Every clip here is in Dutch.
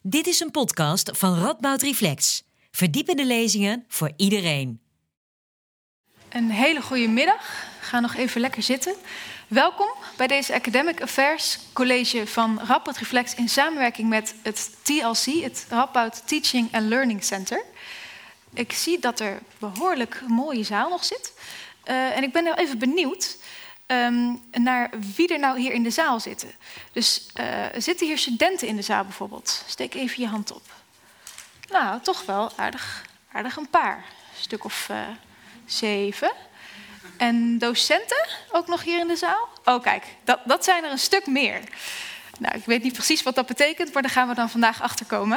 Dit is een podcast van Radboud Reflex. Verdiepende lezingen voor iedereen. Een hele goede middag. Ga nog even lekker zitten. Welkom bij deze Academic Affairs College van Radboud Reflex in samenwerking met het TLC, het Radboud Teaching and Learning Center. Ik zie dat er behoorlijk een mooie zaal nog zit. En ik ben nou even benieuwd naar wie er nou hier in de zaal zitten. Dus zitten hier studenten in de zaal bijvoorbeeld? Steek even je hand op. Nou, toch wel aardig een paar. Een stuk of 7. En docenten ook nog hier in de zaal? Oh, kijk, dat zijn er een stuk meer. Nou, ik weet niet precies wat dat betekent, maar daar gaan we dan vandaag achter komen.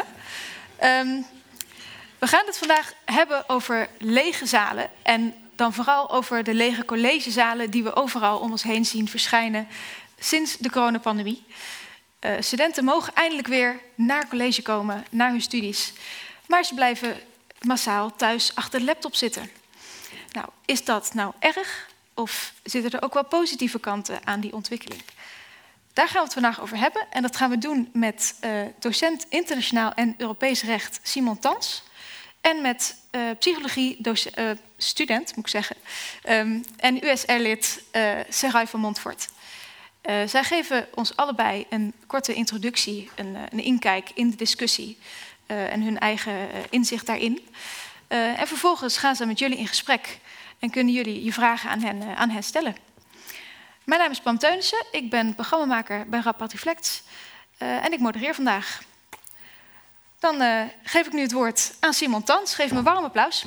We gaan het vandaag hebben over lege zalen en dan vooral over de lege collegezalen die we overal om ons heen zien verschijnen sinds de coronapandemie. Studenten mogen eindelijk weer naar college komen, naar hun studies, maar ze blijven massaal thuis achter de laptop zitten. Nou, is dat nou erg of zitten er ook wel positieve kanten aan die ontwikkeling? Daar gaan we het vandaag over hebben en dat gaan we doen met docent internationaal en Europees recht Simon Thans en met psychologie student, moet ik zeggen, en USR-lid Sarai van Montfort. Zij geven ons allebei een korte introductie, een inkijk in de discussie en hun eigen inzicht daarin. En vervolgens gaan ze met jullie in gesprek en kunnen jullie je vragen aan hen stellen. Mijn naam is Pam Teunissen, ik ben programmamaker bij Radboud Reflex en ik modereer vandaag. Dan geef ik nu het woord aan Simon Thans. Geef me een warm applaus.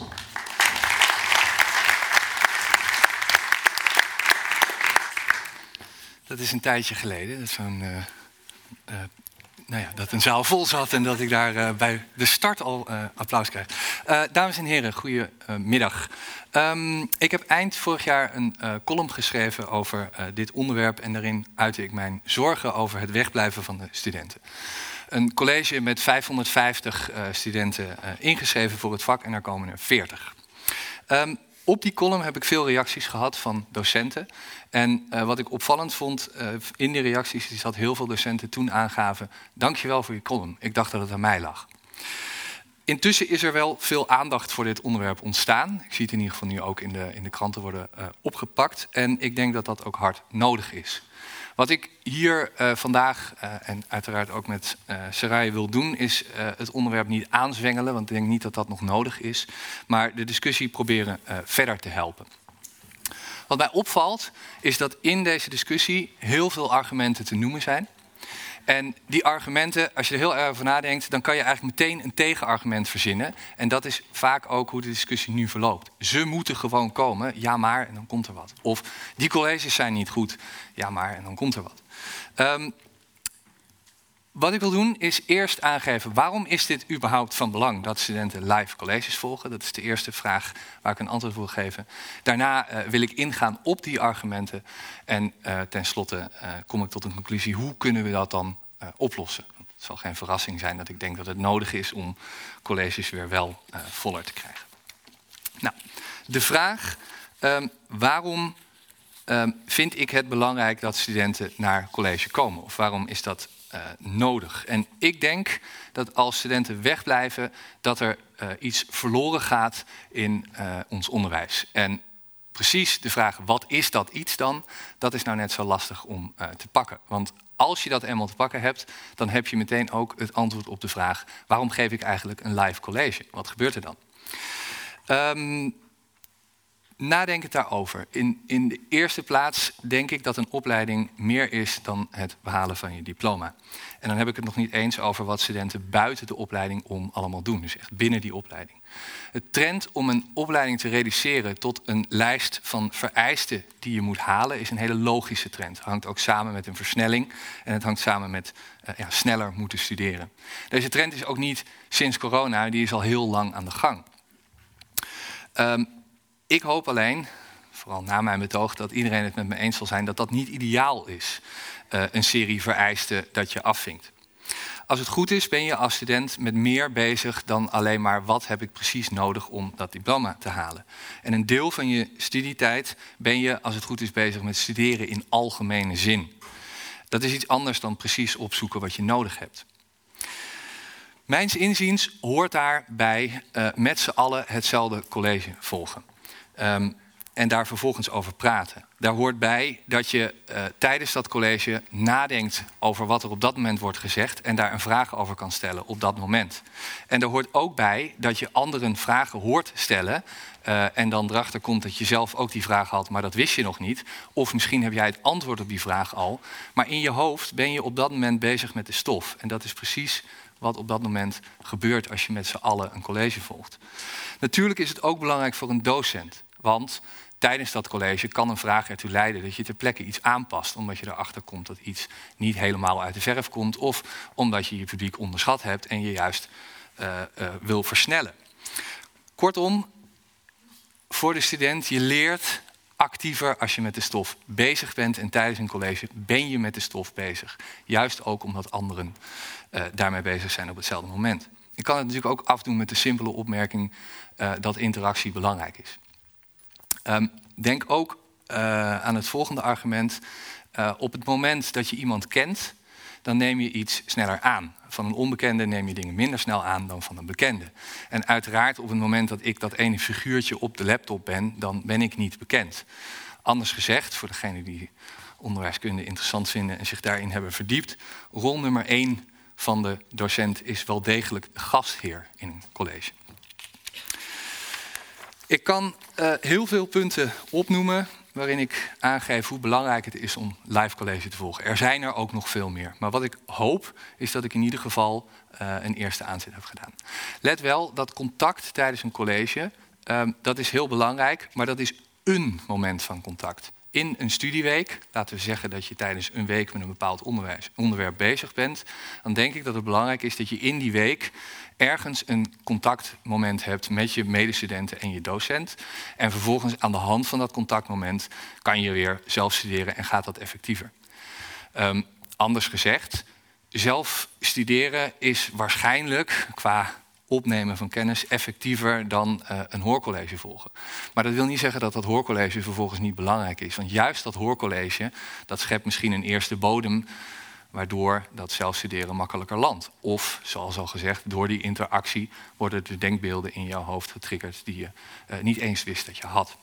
Dat is een tijdje geleden, dat een zaal vol zat en dat ik daar bij de start al applaus krijg. Dames en heren, goedemiddag. Ik heb eind vorig jaar een column geschreven over dit onderwerp en daarin uitte ik mijn zorgen over het wegblijven van de studenten. Een college met 550 studenten ingeschreven voor het vak en er komen er 40. Op die column heb ik veel reacties gehad van docenten. En wat ik opvallend vond in die reacties is dat heel veel docenten toen aangaven: dankjewel voor je column, ik dacht dat het aan mij lag. Intussen is er wel veel aandacht voor dit onderwerp ontstaan. Ik zie het in ieder geval nu ook in de kranten worden opgepakt. En ik denk dat dat ook hard nodig is. Wat ik hier vandaag en uiteraard ook met Sarai wil doen, is het onderwerp niet aanzwengelen, want ik denk niet dat dat nog nodig is, maar de discussie proberen verder te helpen. Wat mij opvalt, is dat in deze discussie heel veel argumenten te noemen zijn. En die argumenten, als je er heel erg over nadenkt, dan kan je eigenlijk meteen een tegenargument verzinnen. En dat is vaak ook hoe de discussie nu verloopt. Ze moeten gewoon komen, ja maar, en dan komt er wat. Of die colleges zijn niet goed, ja maar, en dan komt er wat. Wat ik wil doen is eerst aangeven, waarom is dit überhaupt van belang dat studenten live colleges volgen? Dat is de eerste vraag waar ik een antwoord op wil geven. Daarna wil ik ingaan op die argumenten en tenslotte kom ik tot een conclusie, hoe kunnen we dat dan oplossen? Het zal geen verrassing zijn dat ik denk dat het nodig is om colleges weer wel voller te krijgen. Nou, de vraag, waarom vind ik het belangrijk dat studenten naar college komen? Of waarom is dat nodig? En ik denk dat als studenten wegblijven, dat er iets verloren gaat in ons onderwijs. En precies de vraag, wat is dat iets dan? Dat is nou net zo lastig om te pakken. Want als je dat eenmaal te pakken hebt, dan heb je meteen ook het antwoord op de vraag, waarom geef ik eigenlijk een live college? Wat gebeurt er dan? Nadenkend daarover. In de eerste plaats denk ik dat een opleiding meer is dan het behalen van je diploma. En dan heb ik het nog niet eens over wat studenten buiten de opleiding om allemaal doen. Dus echt binnen die opleiding. Het trend om een opleiding te reduceren tot een lijst van vereisten die je moet halen is een hele logische trend. Het hangt ook samen met een versnelling en het hangt samen met sneller moeten studeren. Deze trend is ook niet sinds corona, die is al heel lang aan de gang. Ik hoop alleen, vooral na mijn betoog, dat iedereen het met me eens zal zijn dat dat niet ideaal is. Een serie vereisten dat je afvinkt. Als het goed is, ben je als student met meer bezig dan alleen maar wat heb ik precies nodig om dat diploma te halen. En een deel van je studietijd ben je, als het goed is, bezig met studeren in algemene zin. Dat is iets anders dan precies opzoeken wat je nodig hebt. Mijns inziens hoort daarbij met z'n allen hetzelfde college volgen. En daar vervolgens over praten. Daar hoort bij dat je tijdens dat college nadenkt over wat er op dat moment wordt gezegd en daar een vraag over kan stellen op dat moment. En er hoort ook bij dat je anderen vragen hoort stellen en dan erachter komt dat je zelf ook die vraag had, maar dat wist je nog niet. Of misschien heb jij het antwoord op die vraag al, maar in je hoofd ben je op dat moment bezig met de stof. En dat is precies wat op dat moment gebeurt als je met z'n allen een college volgt. Natuurlijk is het ook belangrijk voor een docent, want tijdens dat college kan een vraag ertoe leiden dat je ter plekke iets aanpast, omdat je erachter komt dat iets niet helemaal uit de verf komt, of omdat je je publiek onderschat hebt en je juist wil versnellen. Kortom, voor de student, je leert actiever als je met de stof bezig bent en tijdens een college ben je met de stof bezig. Juist ook omdat anderen daarmee bezig zijn op hetzelfde moment. Ik kan het natuurlijk ook afdoen met de simpele opmerking dat interactie belangrijk is. Denk ook aan het volgende argument. Op het moment dat je iemand kent, dan neem je iets sneller aan. Van een onbekende neem je dingen minder snel aan dan van een bekende. En uiteraard op het moment dat ik dat ene figuurtje op de laptop ben, dan ben ik niet bekend. Anders gezegd, voor degenen die onderwijskunde interessant vinden en zich daarin hebben verdiept, rol nummer 1 van de docent is wel degelijk de gastheer in een college. Ik kan heel veel punten opnoemen waarin ik aangeef hoe belangrijk het is om live college te volgen. Er zijn er ook nog veel meer. Maar wat ik hoop is dat ik in ieder geval een eerste aanzet heb gedaan. Let wel, dat contact tijdens een college, dat is heel belangrijk, maar dat is een moment van contact. In een studieweek, laten we zeggen dat je tijdens een week met een bepaald onderwerp bezig bent, dan denk ik dat het belangrijk is dat je in die week ergens een contactmoment hebt met je medestudenten en je docent. En vervolgens aan de hand van dat contactmoment kan je weer zelf studeren en gaat dat effectiever. Anders gezegd, zelf studeren is waarschijnlijk qua opnemen van kennis effectiever dan een hoorcollege volgen. Maar dat wil niet zeggen dat dat hoorcollege vervolgens niet belangrijk is. Want juist dat hoorcollege, dat schept misschien een eerste bodem waardoor dat zelfstuderen makkelijker landt. Of, zoals al gezegd, door die interactie worden de denkbeelden in jouw hoofd getriggerd die je niet eens wist dat je had.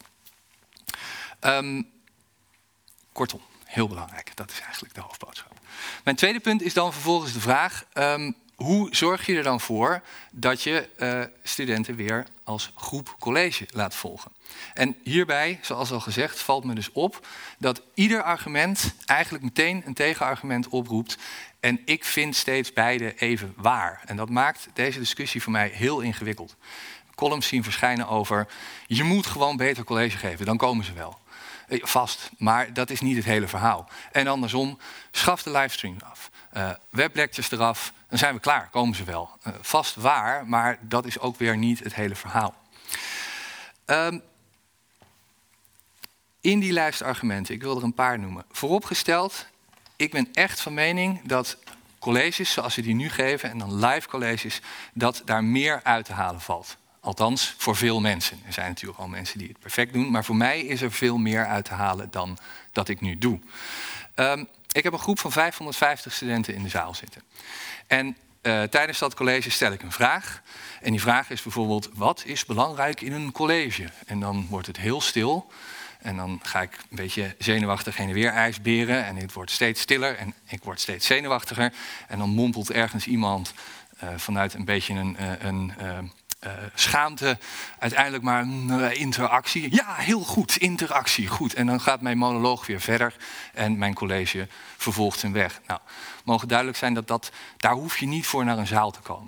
Kortom, heel belangrijk. Dat is eigenlijk de hoofdboodschap. Mijn tweede punt is dan vervolgens de vraag: hoe zorg je er dan voor dat je studenten weer als groep college laat volgen? En hierbij, zoals al gezegd, valt me dus op dat ieder argument eigenlijk meteen een tegenargument oproept. En ik vind steeds beide even waar. En dat maakt deze discussie voor mij heel ingewikkeld. Columns zien verschijnen over: je moet gewoon beter college geven, dan komen ze wel. Vast, maar dat is niet het hele verhaal. En andersom, schaf de livestream af. Weblectures eraf, dan zijn we klaar, komen ze wel. Vast waar, maar dat is ook weer niet het hele verhaal. In die lijst argumenten, ik wil er een paar noemen. Vooropgesteld, ik ben echt van mening dat colleges zoals we die nu geven en dan live colleges, dat daar meer uit te halen valt. Althans, voor veel mensen. Er zijn natuurlijk al mensen die het perfect doen, maar voor mij is er veel meer uit te halen dan dat ik nu doe. Ik heb een groep van 550 studenten in de zaal zitten. En tijdens dat college stel ik een vraag. En die vraag is bijvoorbeeld: wat is belangrijk in een college? En dan wordt het heel stil. En dan ga ik een beetje zenuwachtig heen en weer ijsberen. En het wordt steeds stiller en ik word steeds zenuwachtiger. En dan mompelt ergens iemand vanuit een beetje een schaamte uiteindelijk maar interactie. Ja, heel goed, interactie, goed. En dan gaat mijn monoloog weer verder en mijn college vervolgt zijn weg. Nou, mogen duidelijk zijn daar hoef je niet voor naar een zaal te komen.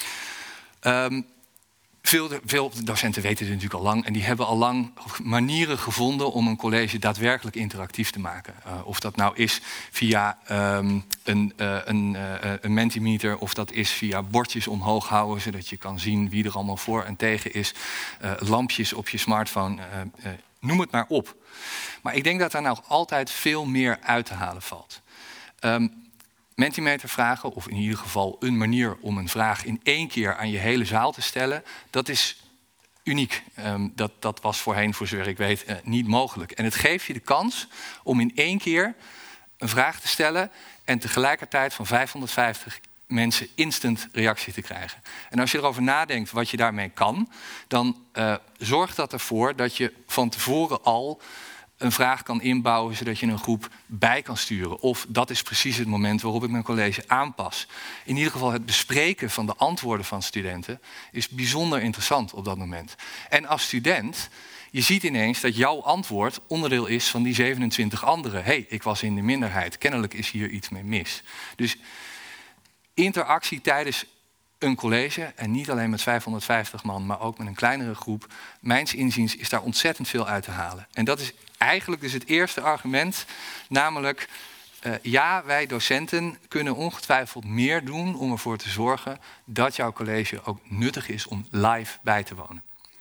Veel docenten weten dit natuurlijk al lang en die hebben al lang manieren gevonden om een college daadwerkelijk interactief te maken. Of dat nou is via een Mentimeter of dat is via bordjes omhoog houden zodat je kan zien wie er allemaal voor en tegen is. Lampjes op je smartphone, noem het maar op. Maar ik denk dat daar nou altijd veel meer uit te halen valt. Mentimeter vragen, of in ieder geval een manier om een vraag in één keer aan je hele zaal te stellen, dat is uniek. Dat was voorheen, voor zover ik weet, niet mogelijk. En het geeft je de kans om in één keer een vraag te stellen en tegelijkertijd van 550 mensen instant reactie te krijgen. En als je erover nadenkt wat je daarmee kan, dan zorgt dat ervoor dat je van tevoren al een vraag kan inbouwen, zodat je een groep bij kan sturen. Of dat is precies het moment waarop ik mijn college aanpas. In ieder geval het bespreken van de antwoorden van studenten is bijzonder interessant op dat moment. En als student, je ziet ineens dat jouw antwoord onderdeel is van die 27 anderen. Hé, ik was in de minderheid. Kennelijk is hier iets mee mis. Dus interactie tijdens een college, en niet alleen met 550 man, maar ook met een kleinere groep, mijns inziens is daar ontzettend veel uit te halen. En dat is eigenlijk dus het eerste argument, namelijk ja, wij docenten kunnen ongetwijfeld meer doen om ervoor te zorgen dat jouw college ook nuttig is om live bij te wonen.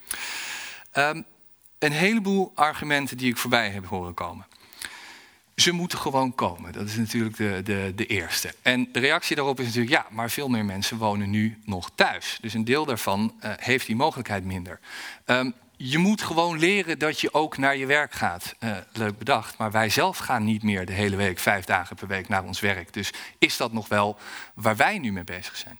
Een heleboel argumenten die ik voorbij heb horen komen. Ze moeten gewoon komen. Dat is natuurlijk de eerste. En de reactie daarop is natuurlijk, ja, maar veel meer mensen wonen nu nog thuis. Dus een deel daarvan heeft die mogelijkheid minder. Je moet gewoon leren dat je ook naar je werk gaat. Leuk bedacht, maar wij zelf gaan niet meer de hele week 5 dagen per week naar ons werk. Dus is dat nog wel waar wij nu mee bezig zijn?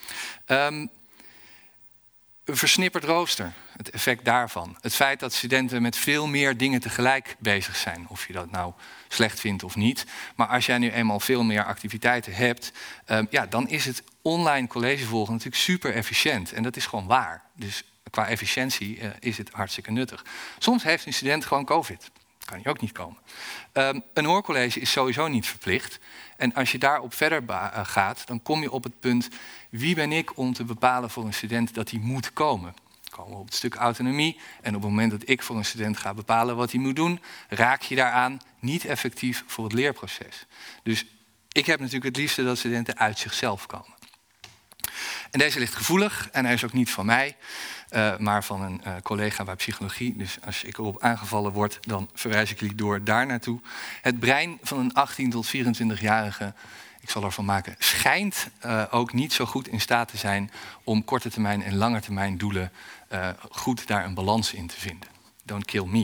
Een versnipperd rooster, het effect daarvan. Het feit dat studenten met veel meer dingen tegelijk bezig zijn. Of je dat nou slecht vindt of niet. Maar als jij nu eenmaal veel meer activiteiten hebt, dan is het online college volgen natuurlijk super efficiënt. En dat is gewoon waar. Dus qua efficiëntie is het hartstikke nuttig. Soms heeft een student gewoon COVID. Kan hij ook niet komen. Een hoorcollege is sowieso niet verplicht. En als je daarop verder gaat, dan kom je op het punt, wie ben ik om te bepalen voor een student dat hij moet komen? Dan komen we op het stuk autonomie. En op het moment dat ik voor een student ga bepalen wat hij moet doen, raak je daaraan niet effectief voor het leerproces. Dus ik heb natuurlijk het liefste dat studenten uit zichzelf komen. En deze ligt gevoelig en hij is ook niet van mij, maar van een collega bij psychologie. Dus als ik erop aangevallen word, dan verwijs ik jullie door daar naartoe. Het brein van een 18 tot 24-jarige, ik zal ervan maken, schijnt ook niet zo goed in staat te zijn om korte termijn en lange termijn doelen goed daar een balans in te vinden. Don't kill me.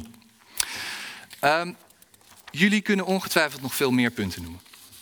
Jullie kunnen ongetwijfeld nog veel meer punten noemen.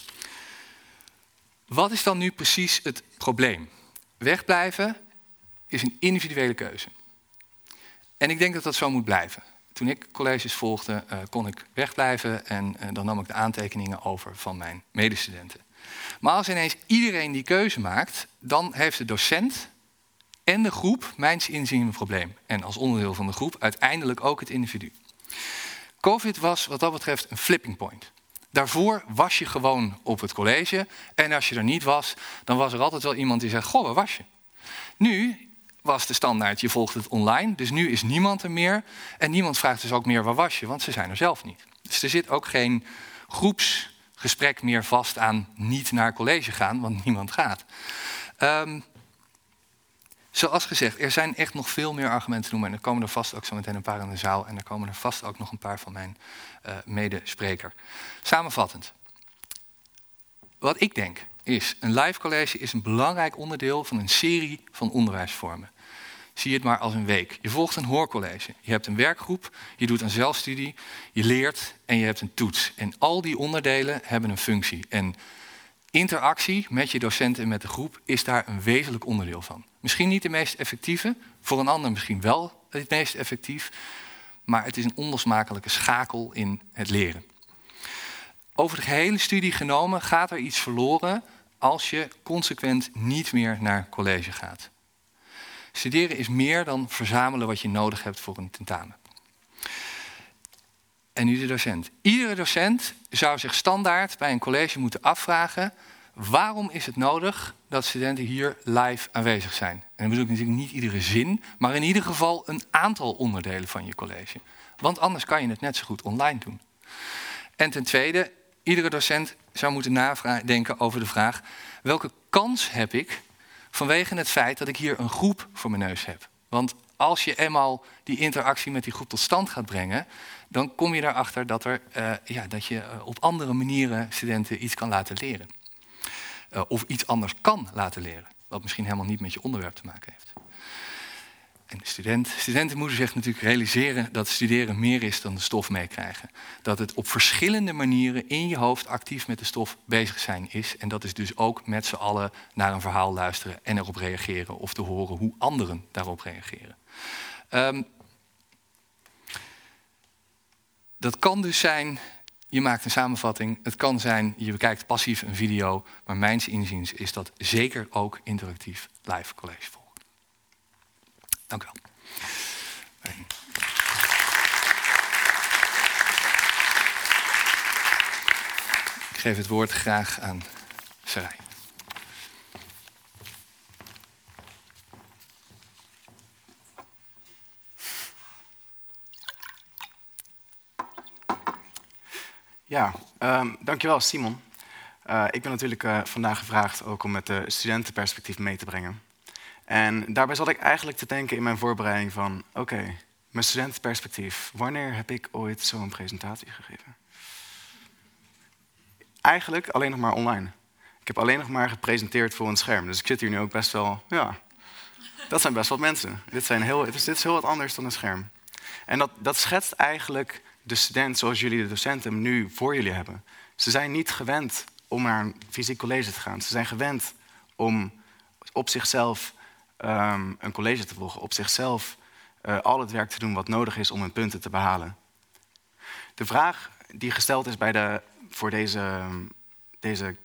Wat is dan nu precies het probleem? Wegblijven is een individuele keuze. En ik denk dat dat zo moet blijven. Toen ik colleges volgde, kon ik wegblijven en dan nam ik de aantekeningen over van mijn medestudenten. Maar als ineens iedereen die keuze maakt, dan heeft de docent en de groep mijns inziens een probleem. En als onderdeel van de groep uiteindelijk ook het individu. COVID was wat dat betreft een flipping point. Daarvoor was je gewoon op het college. En als je er niet was, dan was er altijd wel iemand die zei, goh, waar was je? Nu was de standaard, je volgt het online. Dus nu is niemand er meer. En niemand vraagt dus ook meer, waar was je? Want ze zijn er zelf niet. Dus er zit ook geen groepsgesprek meer vast aan niet naar college gaan, want niemand gaat. Zoals gezegd, er zijn echt nog veel meer argumenten te noemen. En er komen er vast ook zo meteen een paar in de zaal. En er komen er vast ook nog een paar van mijn medespreker. Samenvattend. Wat ik denk is, een live college is een belangrijk onderdeel van een serie van onderwijsvormen. Zie het maar als een week. Je volgt een hoorcollege. Je hebt een werkgroep, je doet een zelfstudie, je leert en je hebt een toets. En al die onderdelen hebben een functie. En interactie met je docenten en met de groep is daar een wezenlijk onderdeel van. Misschien niet de meest effectieve, voor een ander misschien wel het meest effectief, maar het is een onlosmakelijke schakel in het leren. Over de gehele studie genomen gaat er iets verloren als je consequent niet meer naar college gaat. Studeren is meer dan verzamelen wat je nodig hebt voor een tentamen. En nu de docent. Iedere docent zou zich standaard bij een college moeten afvragen, waarom is het nodig dat studenten hier live aanwezig zijn? En dan bedoel ik natuurlijk niet iedere zin, maar in ieder geval een aantal onderdelen van je college. Want anders kan je het net zo goed online doen. En ten tweede, iedere docent zou moeten nadenken over de vraag, welke kans heb ik vanwege het feit dat ik hier een groep voor mijn neus heb? Want als je eenmaal die interactie met die groep tot stand gaat brengen, dan kom je erachter dat je op andere manieren studenten iets kan laten leren. Of iets anders kan laten leren, wat misschien helemaal niet met je onderwerp te maken heeft. en de studenten moeten zich natuurlijk realiseren dat studeren meer is dan de stof meekrijgen. Dat het op verschillende manieren in je hoofd actief met de stof bezig zijn is. En dat is dus ook met z'n allen naar een verhaal luisteren en erop reageren. Of te horen hoe anderen daarop reageren. Dat kan dus zijn, je maakt een samenvatting. Het kan zijn, je bekijkt passief een video. Maar mijns inziens is dat zeker ook interactief live college volgen. Dank u wel. Ik geef het woord graag aan Sarai. Ja, dankjewel Simon. Ik ben natuurlijk vandaag gevraagd ook om het studentenperspectief mee te brengen. En daarbij zat ik eigenlijk te denken in mijn voorbereiding van... Oké, mijn studentenperspectief. Wanneer heb ik ooit zo'n presentatie gegeven? Eigenlijk alleen nog maar online. Ik heb alleen nog maar gepresenteerd voor een scherm. Dus ik zit hier nu ook best wel... Ja, dat zijn best wat mensen. Dit is heel wat anders dan een scherm. En dat schetst eigenlijk de student zoals jullie de docenten hem nu voor jullie hebben. Ze zijn niet gewend om naar een fysiek college te gaan. Ze zijn gewend om op zichzelf een college te volgen. Op zichzelf al het werk te doen wat nodig is om hun punten te behalen. De vraag die gesteld is voor deze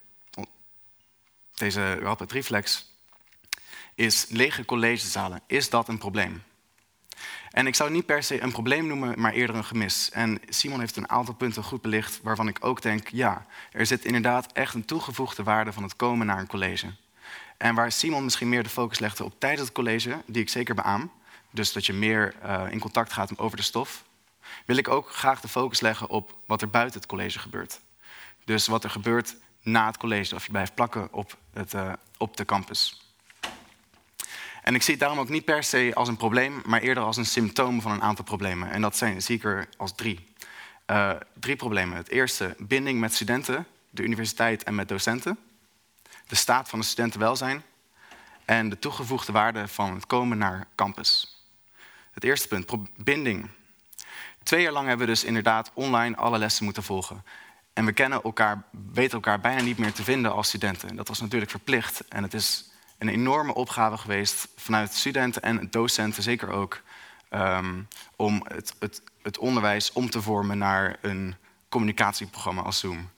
Radboud Reflex is lege collegezalen. Is dat een probleem? En ik zou het niet per se een probleem noemen, maar eerder een gemis. En Simon heeft een aantal punten goed belicht waarvan ik ook denk... ja, er zit inderdaad echt een toegevoegde waarde van het komen naar een college. En waar Simon misschien meer de focus legde op tijdens het college... die ik zeker beaam, dus dat je meer in contact gaat over de stof... wil ik ook graag de focus leggen op wat er buiten het college gebeurt. Dus wat er gebeurt na het college, of je blijft plakken op de campus. En ik zie het daarom ook niet per se als een probleem... maar eerder als een symptoom van een aantal problemen. En dat zie ik er als 3. 3 problemen. Het eerste, binding met studenten, de universiteit en met docenten. De staat van het studentenwelzijn. En de toegevoegde waarde van het komen naar campus. Het eerste punt, binding. 2 jaar lang hebben we dus inderdaad online alle lessen moeten volgen. En we weten elkaar bijna niet meer te vinden als studenten. Dat was natuurlijk verplicht. En het is een enorme opgave geweest vanuit studenten en docenten zeker ook... om het onderwijs om te vormen naar een communicatieprogramma als Zoom.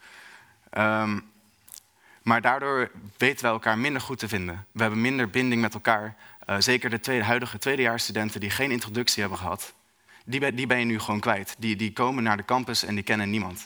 Maar daardoor weten wij elkaar minder goed te vinden. We hebben minder binding met elkaar. Zeker de huidige tweedejaarsstudenten die geen introductie hebben gehad... die ben je nu gewoon kwijt. Die komen naar de campus en die kennen niemand.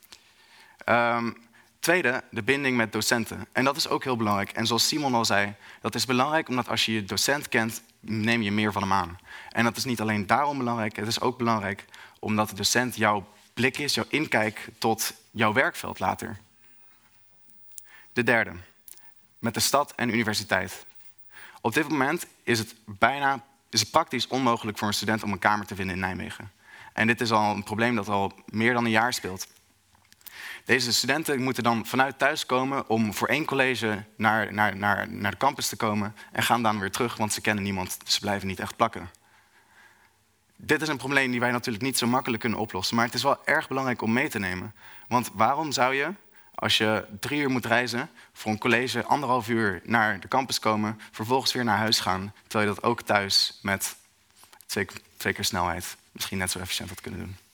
Tweede, de binding met docenten. En dat is ook heel belangrijk. En zoals Simon al zei, dat is belangrijk omdat als je je docent kent, neem je meer van hem aan. En dat is niet alleen daarom belangrijk, het is ook belangrijk omdat de docent jouw blik is, jouw inkijk tot jouw werkveld later. De derde, met de stad en universiteit. Op dit moment is het praktisch onmogelijk voor een student om een kamer te vinden in Nijmegen. En dit is al een probleem dat al meer dan een jaar speelt. Deze studenten moeten dan vanuit thuis komen om voor 1 college naar de campus te komen... en gaan dan weer terug, want ze kennen niemand, dus ze blijven niet echt plakken. Dit is een probleem die wij natuurlijk niet zo makkelijk kunnen oplossen... maar het is wel erg belangrijk om mee te nemen. Want waarom zou je, als je 3 uur moet reizen... voor een college 1,5 uur naar de campus komen... vervolgens weer naar huis gaan... terwijl je dat ook thuis met 2 keer snelheid... misschien net zo efficiënt had kunnen doen.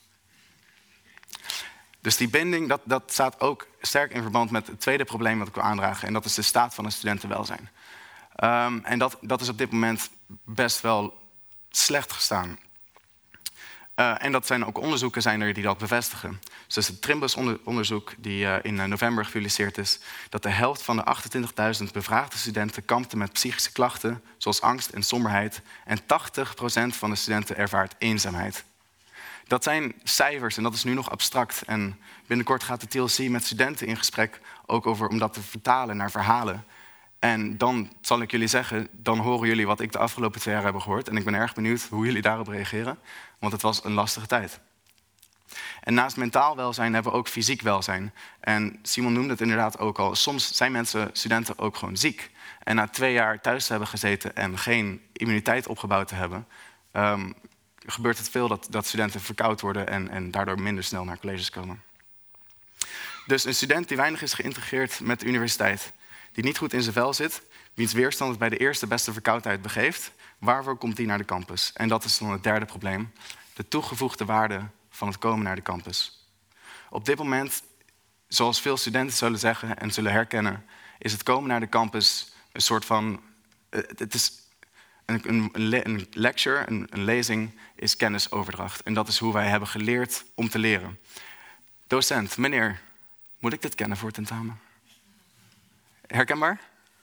Dus die binding, dat staat ook sterk in verband met het tweede probleem wat ik wil aandragen. En dat is de staat van het studentenwelzijn. En dat is op dit moment best wel slecht gestaan. En dat zijn ook onderzoeken zijn er die dat bevestigen. Dus het Trimbus-onderzoek die in november gepubliceerd is... dat de helft van de 28.000 bevraagde studenten kampte met psychische klachten... zoals angst en somberheid. En 80% van de studenten ervaart eenzaamheid. Dat zijn cijfers en dat is nu nog abstract. En binnenkort gaat de TLC met studenten in gesprek... ook om dat te vertalen naar verhalen. En dan zal ik jullie zeggen, dan horen jullie wat ik de afgelopen 2 jaar heb gehoord. En ik ben erg benieuwd hoe jullie daarop reageren. Want het was een lastige tijd. En naast mentaal welzijn hebben we ook fysiek welzijn. En Simon noemde het inderdaad ook al. Soms zijn studenten ook gewoon ziek. En na 2 jaar thuis te hebben gezeten en geen immuniteit opgebouwd te hebben, gebeurt het veel dat studenten verkoud worden en daardoor minder snel naar colleges komen. Dus een student die weinig is geïntegreerd met de universiteit, die niet goed in zijn vel zit, wiens weerstand het bij de eerste beste verkoudheid begeeft, waarvoor komt die naar de campus? En dat is dan het derde probleem, de toegevoegde waarde van het komen naar de campus. Op dit moment, zoals veel studenten zullen zeggen en zullen herkennen, is het komen naar de campus een soort van, het is een lecture, een lezing, is kennisoverdracht. En dat is hoe wij hebben geleerd om te leren. Docent, meneer, moet ik dit kennen voor het tentamen? Herkenbaar?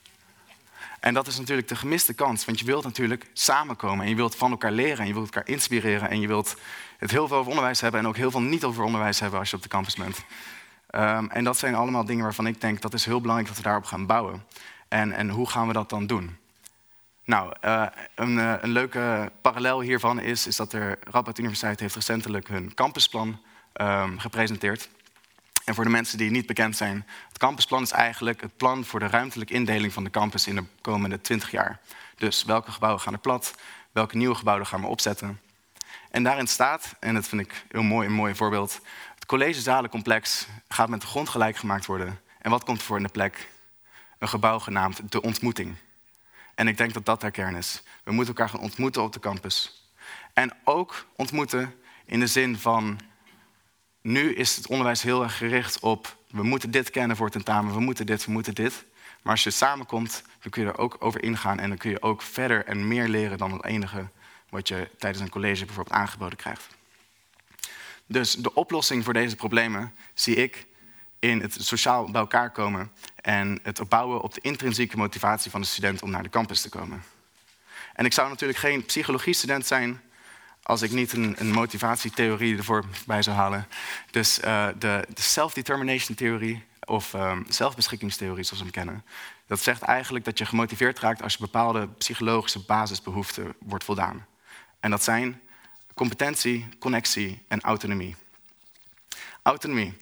En dat is natuurlijk de gemiste kans, want je wilt natuurlijk samenkomen en je wilt van elkaar leren en je wilt elkaar inspireren en je wilt het heel veel over onderwijs hebben en ook heel veel niet over onderwijs hebben als je op de campus bent. En dat zijn allemaal dingen waarvan ik denk dat is heel belangrijk dat we daarop gaan bouwen. En hoe gaan we dat dan doen? Nou, een leuke parallel hiervan is dat de Radboud Universiteit heeft recentelijk hun campusplan gepresenteerd. En voor de mensen die niet bekend zijn, het campusplan is eigenlijk het plan voor de ruimtelijke indeling van de campus in de komende 20 jaar. Dus welke gebouwen gaan er plat, welke nieuwe gebouwen gaan we opzetten. En daarin staat, en dat vind ik heel mooi, een mooi voorbeeld, het collegezalencomplex gaat met de grond gelijk gemaakt worden. En wat komt er voor in de plek? Een gebouw genaamd De Ontmoeting. En ik denk dat dat haar kern is. We moeten elkaar gaan ontmoeten op de campus. En ook ontmoeten in de zin van, nu is het onderwijs heel erg gericht op, we moeten dit kennen voor het tentamen, we moeten dit. Maar als je samenkomt, dan kun je er ook over ingaan en dan kun je ook verder en meer leren dan het enige wat je tijdens een college bijvoorbeeld aangeboden krijgt. Dus de oplossing voor deze problemen zie ik in het sociaal bij elkaar komen en het opbouwen op de intrinsieke motivatie van de student om naar de campus te komen. En ik zou natuurlijk geen psychologie-student zijn als ik niet een motivatietheorie ervoor bij zou halen. Dus de self-determination theorie of zelfbeschikkingstheorie zoals we hem kennen. Dat zegt eigenlijk dat je gemotiveerd raakt als je bepaalde psychologische basisbehoeften wordt voldaan. En dat zijn competentie, connectie en autonomie. Autonomie.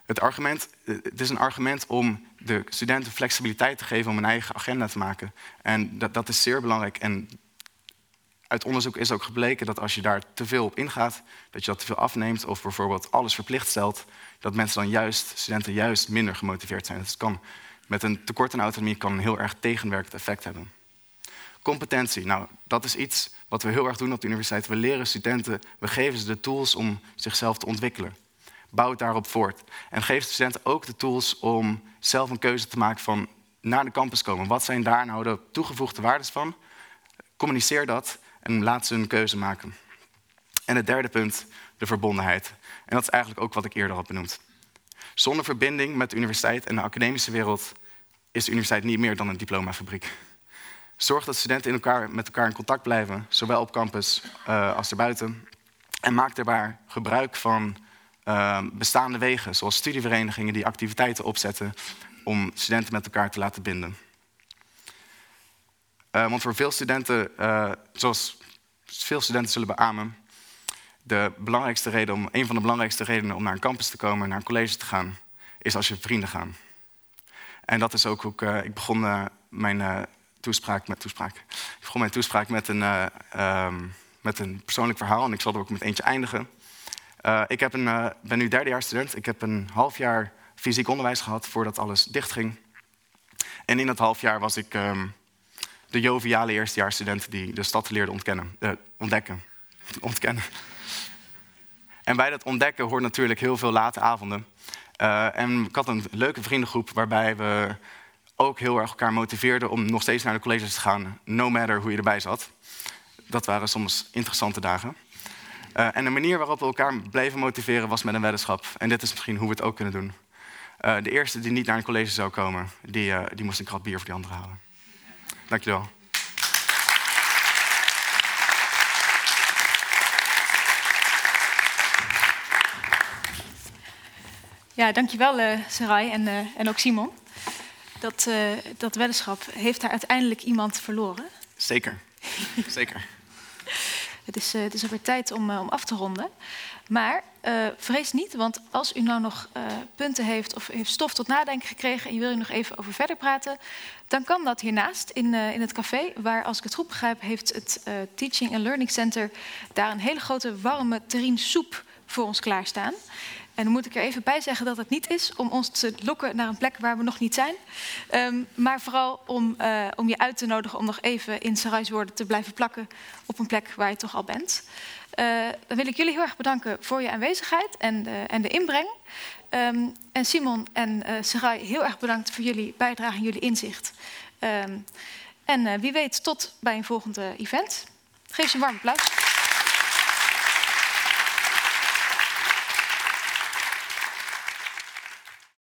Het is een argument om de studenten flexibiliteit te geven om een eigen agenda te maken. En dat is zeer belangrijk. En uit onderzoek is ook gebleken dat als je daar te veel op ingaat, dat je dat te veel afneemt of bijvoorbeeld alles verplicht stelt, dat studenten juist minder gemotiveerd zijn. Dus het kan met een tekort aan autonomie kan een heel erg tegenwerkend effect hebben. Competentie, nou dat is iets wat we heel erg doen op de universiteit. We leren studenten, we geven ze de tools om zichzelf te ontwikkelen. Bouw het daarop voort. En geef de studenten ook de tools om zelf een keuze te maken van naar de campus komen. Wat zijn daar nou de toegevoegde waardes van? Communiceer dat en laat ze een keuze maken. En het derde punt, de verbondenheid. En dat is eigenlijk ook wat ik eerder had benoemd. Zonder verbinding met de universiteit en de academische wereld is de universiteit niet meer dan een diplomafabriek. Zorg dat studenten met elkaar in contact blijven, zowel op campus als erbuiten. En maak daarbij gebruik van bestaande wegen, zoals studieverenigingen die activiteiten opzetten om studenten met elkaar te laten binden. Want voor veel studenten, zoals veel studenten zullen beamen, een van de belangrijkste redenen om naar een campus te komen, naar een college te gaan, is als je vrienden gaan. En dat is ook hoe ik begon mijn toespraak met een persoonlijk verhaal en ik zal er ook met eentje eindigen. Ik ben nu derdejaars student. Ik heb een half jaar fysiek onderwijs gehad voordat alles dichtging. En in dat half jaar was ik de joviale eerstejaarsstudent die de stad leerde ontdekken. En bij dat ontdekken hoort natuurlijk heel veel late avonden. En ik had een leuke vriendengroep waarbij we ook heel erg elkaar motiveerden om nog steeds naar de colleges te gaan, no matter hoe je erbij zat. Dat waren soms interessante dagen. En de manier waarop we elkaar bleven motiveren was met een weddenschap. En dit is misschien hoe we het ook kunnen doen. De eerste die niet naar een college zou komen, die moest een krat bier voor die andere halen. Dank jullie wel. Ja, dankjewel Sarai en ook Simon. Dat weddenschap, heeft daar uiteindelijk iemand verloren? Zeker. Zeker. Het is alweer tijd om af te ronden. Maar vrees niet, want als u nou nog punten heeft of heeft stof tot nadenken gekregen en je wil er nog even over verder praten, dan kan dat hiernaast in het café, waar, als ik het goed begrijp, heeft het Teaching and Learning Center daar een hele grote warme terrine soep voor ons klaarstaan. En dan moet ik er even bij zeggen dat het niet is om ons te lokken naar een plek waar we nog niet zijn. Maar vooral om je uit te nodigen om nog even in Saray's woorden te blijven plakken op een plek waar je toch al bent. Dan wil ik jullie heel erg bedanken voor je aanwezigheid en de inbreng. En Simon en Saray, heel erg bedankt voor jullie bijdrage en jullie inzicht. En wie weet tot bij een volgende event. Geef ze een warm applaus.